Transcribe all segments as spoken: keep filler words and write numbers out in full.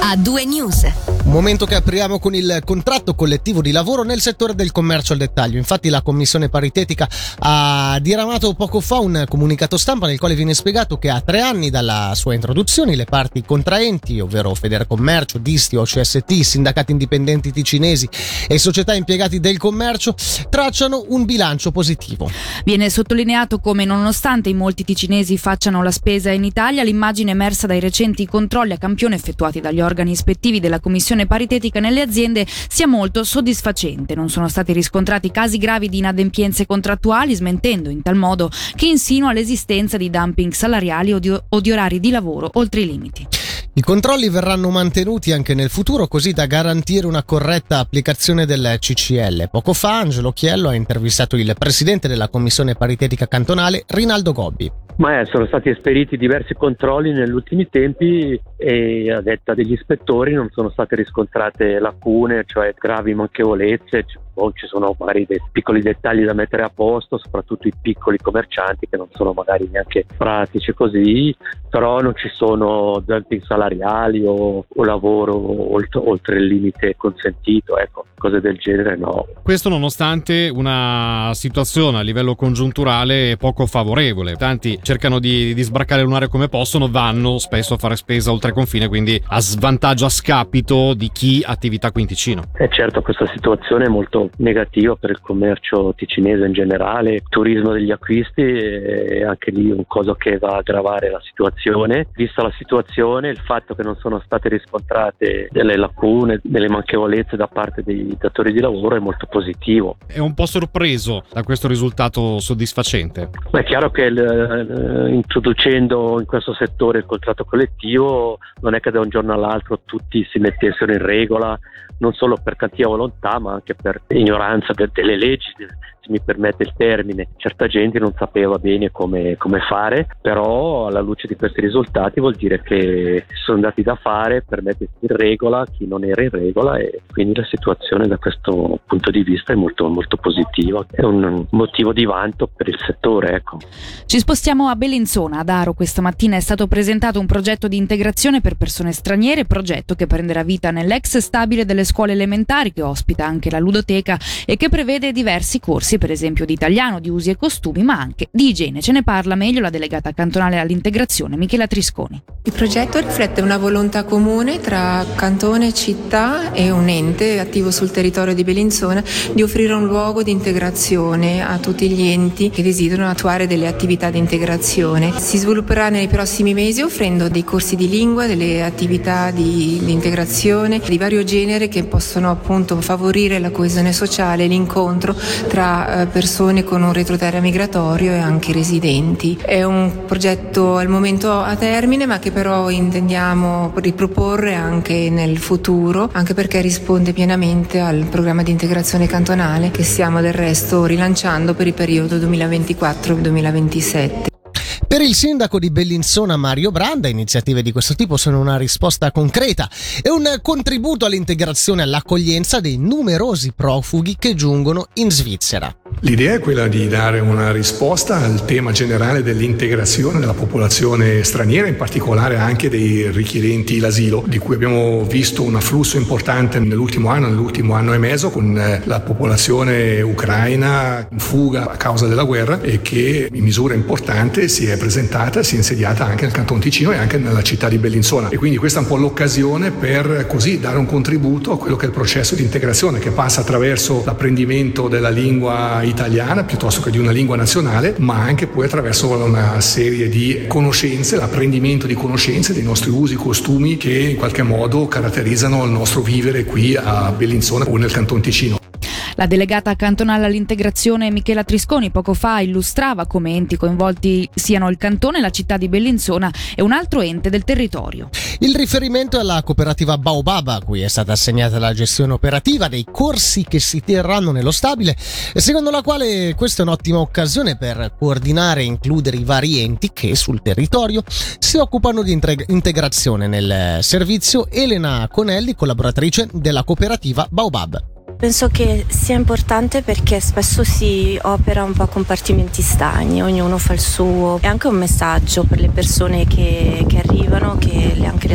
A due News. Un momento che apriamo con il contratto collettivo di lavoro nel settore del commercio al dettaglio. Infatti la commissione paritetica ha diramato poco fa un comunicato stampa nel quale viene spiegato che a tre anni dalla sua introduzione le parti contraenti, ovvero Federcommercio, Disti, O C S T, sindacati indipendenti ticinesi e società impiegati del commercio, tracciano un bilancio positivo. Viene sottolineato come, nonostante i molti ticinesi facciano la spesa in Italia, l'immagine emersa dai recenti controlli a campione effettuati dagli organi ispettivi della commissione paritetica nelle aziende sia molto soddisfacente. Non sono stati riscontrati casi gravi di inadempienze contrattuali, smentendo in tal modo che insinua l'esistenza di dumping salariali o di, o di orari di lavoro oltre i limiti. I controlli verranno mantenuti anche nel futuro, così da garantire una corretta applicazione del C C L. Poco fa Angelo Chiello ha intervistato il presidente della commissione paritetica cantonale, Rinaldo Gobbi. Ma eh, sono stati esperiti diversi controlli negli ultimi tempi e a detta degli ispettori non sono state riscontrate lacune, cioè gravi manchevolezze. O ci sono magari dei piccoli dettagli da mettere a posto, soprattutto i piccoli commercianti che non sono magari neanche pratici così, però non ci sono dumping salariali o, o lavoro oltre, oltre il limite consentito, ecco, cose del genere no. Questo nonostante una situazione a livello congiunturale poco favorevole. Tanti cercano di, di sbraccare lunare come possono, vanno spesso a fare spesa oltre confine, quindi a svantaggio, a scapito di chi ha attività qui in Ticino. E certo, questa situazione è molto negativa per il commercio ticinese in generale, il turismo degli acquisti è anche lì un cosa che va a aggravare la situazione. Vista la situazione, il fatto che non sono state riscontrate delle lacune, delle manchevolezze da parte dei datori di lavoro è molto positivo. È un po' sorpreso da questo risultato soddisfacente? Ma è chiaro che il, eh, introducendo in questo settore il contratto collettivo non è che da un giorno all'altro tutti si mettessero in regola, non solo per cattiva volontà ma anche per ignoranza delle leggi, se mi permette il termine. Certa gente non sapeva bene come, come fare, però alla luce di questi risultati vuol dire che sono dati da fare per mettersi in regola chi non era in regola, e quindi la situazione da questo punto di vista è molto molto positiva, è un motivo di vanto per il settore, ecco. Ci spostiamo a Bellinzona. Ad Aro questa mattina è stato presentato un progetto di integrazione per persone straniere, progetto che prenderà vita nell'ex stabile delle scuole elementari, che ospita anche la ludoteca e che prevede diversi corsi, per esempio di italiano, di usi e costumi, ma anche di igiene. Ce ne parla meglio la delegata cantonale all'integrazione, Michela Trisconi. Il progetto riflette una volontà comune tra cantone, città e un ente attivo sul territorio di Bellinzona di offrire un luogo di integrazione a tutti gli enti che desiderano attuare delle attività di integrazione. Si svilupperà nei prossimi mesi offrendo dei corsi di lingua, delle attività di, di integrazione di vario genere che possono appunto favorire la coesione sociale e l'incontro tra persone con un retroterra migratorio e anche residenti. È un progetto al momento a termine, ma che però intendiamo riproporre anche nel futuro, anche perché risponde pienamente al programma di integrazione cantonale che stiamo del resto rilanciando per il periodo duemilaventiquattro duemilaventisette. Per il sindaco di Bellinzona Mario Branda, iniziative di questo tipo sono una risposta concreta e un contributo all'integrazione e all'accoglienza dei numerosi profughi che giungono in Svizzera. L'idea è quella di dare una risposta al tema generale dell'integrazione della popolazione straniera, in particolare anche dei richiedenti l'asilo, di cui abbiamo visto un afflusso importante nell'ultimo anno, nell'ultimo anno e mezzo, con la popolazione ucraina in fuga a causa della guerra e che in misura importante si è presentata, si è insediata anche nel Canton Ticino e anche nella città di Bellinzona. E quindi questa è un po' l'occasione per così dare un contributo a quello che è il processo di integrazione, che passa attraverso l'apprendimento della lingua italiana piuttosto che di una lingua nazionale, ma anche poi attraverso una serie di conoscenze, l'apprendimento di conoscenze dei nostri usi, costumi che in qualche modo caratterizzano il nostro vivere qui a Bellinzona o nel Canton Ticino. La delegata cantonale all'integrazione Michela Trisconi poco fa illustrava come enti coinvolti siano il cantone, la città di Bellinzona e un altro ente del territorio. Il riferimento è alla cooperativa Baobab, a cui è stata assegnata la gestione operativa dei corsi che si terranno nello stabile, secondo la quale questa è un'ottima occasione per coordinare e includere i vari enti che sul territorio si occupano di integrazione nel servizio. Elena Conelli, collaboratrice della cooperativa Baobab. Penso che sia importante perché spesso si opera un po' a compartimenti stagni, ognuno fa il suo. È anche un messaggio per le persone che, che arrivano, che le, anche le associazioni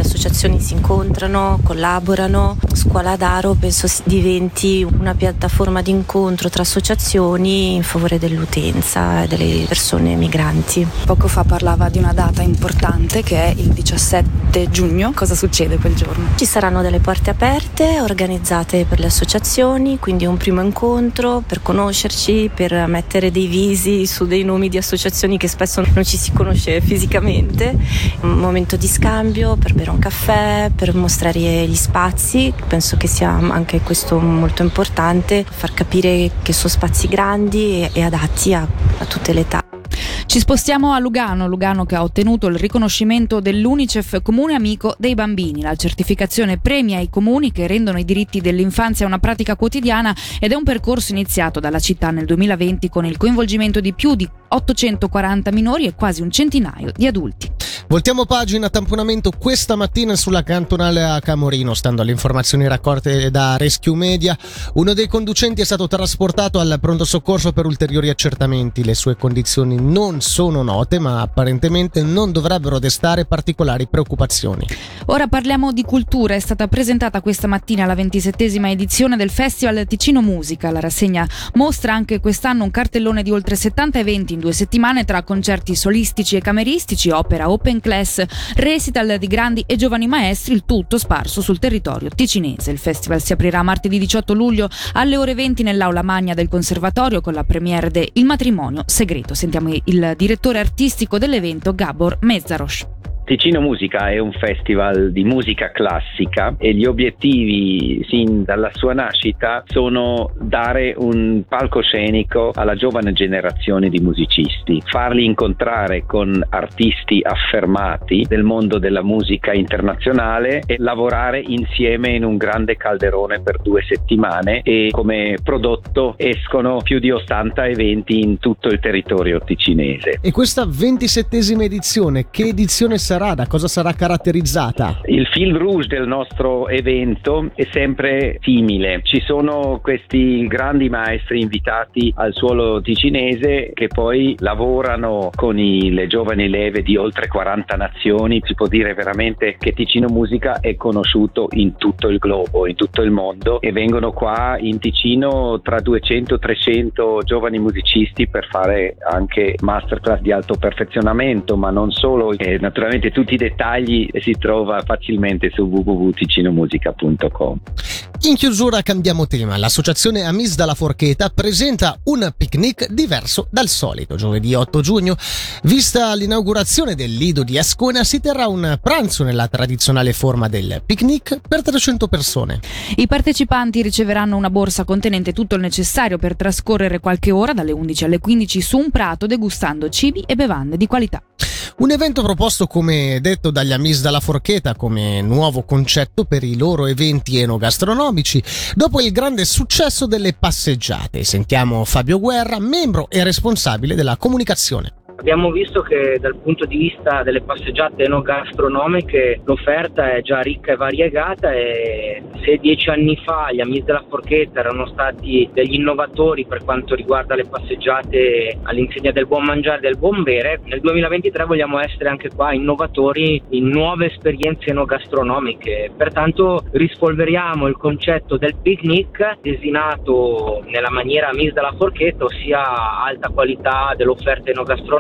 associazioni si incontrano, collaborano. Scuola d'Aro penso diventi una piattaforma di incontro tra associazioni in favore dell'utenza e delle persone migranti. Poco fa parlava di una data importante che è il diciassette giugno. Cosa succede quel giorno? Ci saranno delle porte aperte organizzate per le associazioni, quindi un primo incontro per conoscerci, per mettere dei visi su dei nomi di associazioni che spesso non ci si conosce fisicamente, un momento di scambio per bere un caffè, per mostrare gli spazi. Penso che sia anche questo molto importante, far capire che sono spazi grandi e, e adatti a, a tutte le età. Ci spostiamo a Lugano, Lugano che ha ottenuto il riconoscimento dell'UNICEF Comune Amico dei Bambini. La certificazione premia i comuni che rendono i diritti dell'infanzia una pratica quotidiana ed è un percorso iniziato dalla città nel duemilaventi con il coinvolgimento di più di ottocentoquaranta minori e quasi un centinaio di adulti. Voltiamo pagina, tamponamento questa mattina sulla cantonale a Camorino. Stando alle informazioni raccolte da Rescue Media, uno dei conducenti è stato trasportato al pronto soccorso per ulteriori accertamenti. Le sue condizioni non sono note, ma apparentemente non dovrebbero destare particolari preoccupazioni. Ora parliamo di cultura. È stata presentata questa mattina la ventisettesima edizione del Festival Ticino Musica. La rassegna mostra anche quest'anno un cartellone di oltre settanta eventi in due settimane tra concerti solistici e cameristici, opera open class, recital di grandi e giovani maestri, il tutto sparso sul territorio ticinese. Il festival si aprirà martedì diciotto luglio alle ore venti nell'aula magna del conservatorio con la premiere de Il matrimonio segreto. Sentiamo il direttore artistico dell'evento, Gabor Mezzaros. Ticino Musica è un festival di musica classica e gli obiettivi sin dalla sua nascita sono dare un palcoscenico alla giovane generazione di musicisti, farli incontrare con artisti affermati del mondo della musica internazionale e lavorare insieme in un grande calderone per due settimane, e come prodotto escono più di ottanta eventi in tutto il territorio ticinese. E questa ventisettesima edizione, che edizione sarà? Da cosa sarà caratterizzata? Il fil rouge del nostro evento è sempre simile. Ci sono questi grandi maestri invitati al suolo ticinese che poi lavorano con i, le giovani leve di oltre quaranta nazioni. Si può dire veramente che Ticino Musica è conosciuto in tutto il globo, in tutto il mondo, e vengono qua in Ticino tra duecento trecento giovani musicisti per fare anche masterclass di alto perfezionamento, ma non solo. E naturalmente tutti i dettagli si trova facilmente su w w w punto ticino musica punto com. In chiusura cambiamo tema. L'associazione Amis dalla Forcheta presenta un picnic diverso dal solito. Giovedì otto giugno, vista l'inaugurazione del Lido di Ascona, si terrà un pranzo nella tradizionale forma del picnic per trecento persone. I partecipanti riceveranno una borsa contenente tutto il necessario per trascorrere qualche ora dalle undici alle quindici su un prato degustando cibi e bevande di qualità. Un evento proposto, come detto, dagli Amis dalla Forcheta come nuovo concetto per i loro eventi enogastronomici dopo il grande successo delle passeggiate. Sentiamo Fabio Guerra, membro e responsabile della comunicazione. Abbiamo visto che dal punto di vista delle passeggiate enogastronomiche l'offerta è già ricca e variegata, e se dieci anni fa gli Amis della Forchetta erano stati degli innovatori per quanto riguarda le passeggiate all'insegna del buon mangiare e del buon bere, nel duemilaventitré vogliamo essere anche qua innovatori in nuove esperienze enogastronomiche. Pertanto rispolveriamo il concetto del picnic designato nella maniera Amis della Forchetta, ossia alta qualità dell'offerta enogastronomica,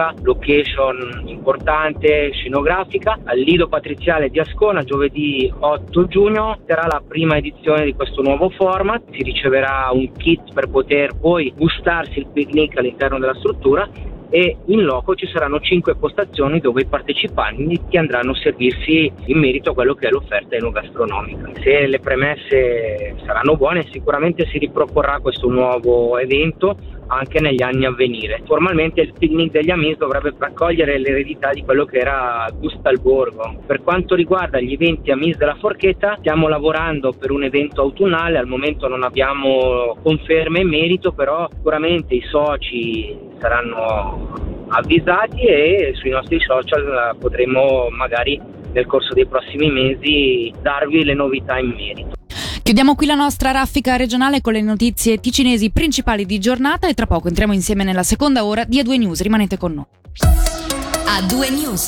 location importante, scenografica. Al Lido Patriziale di Ascona giovedì otto giugno sarà la prima edizione di questo nuovo format. Si riceverà un kit per poter poi gustarsi il picnic all'interno della struttura, e in loco ci saranno cinque postazioni dove i partecipanti andranno a servirsi in merito a quello che è l'offerta enogastronomica. Se le premesse saranno buone, sicuramente si riproporrà questo nuovo evento anche negli anni a venire. Formalmente il picnic degli Amis dovrebbe raccogliere l'eredità di quello che era Gusta al Borgo. Per quanto riguarda gli eventi Amis della Forchetta, stiamo lavorando per un evento autunnale. Al momento non abbiamo conferme in merito, però sicuramente i soci saranno avvisati e sui nostri social potremo magari nel corso dei prossimi mesi darvi le novità in merito. Chiudiamo qui la nostra raffica regionale con le notizie ticinesi principali di giornata, e tra poco entriamo insieme nella seconda ora di A due News. Rimanete con noi. A due News.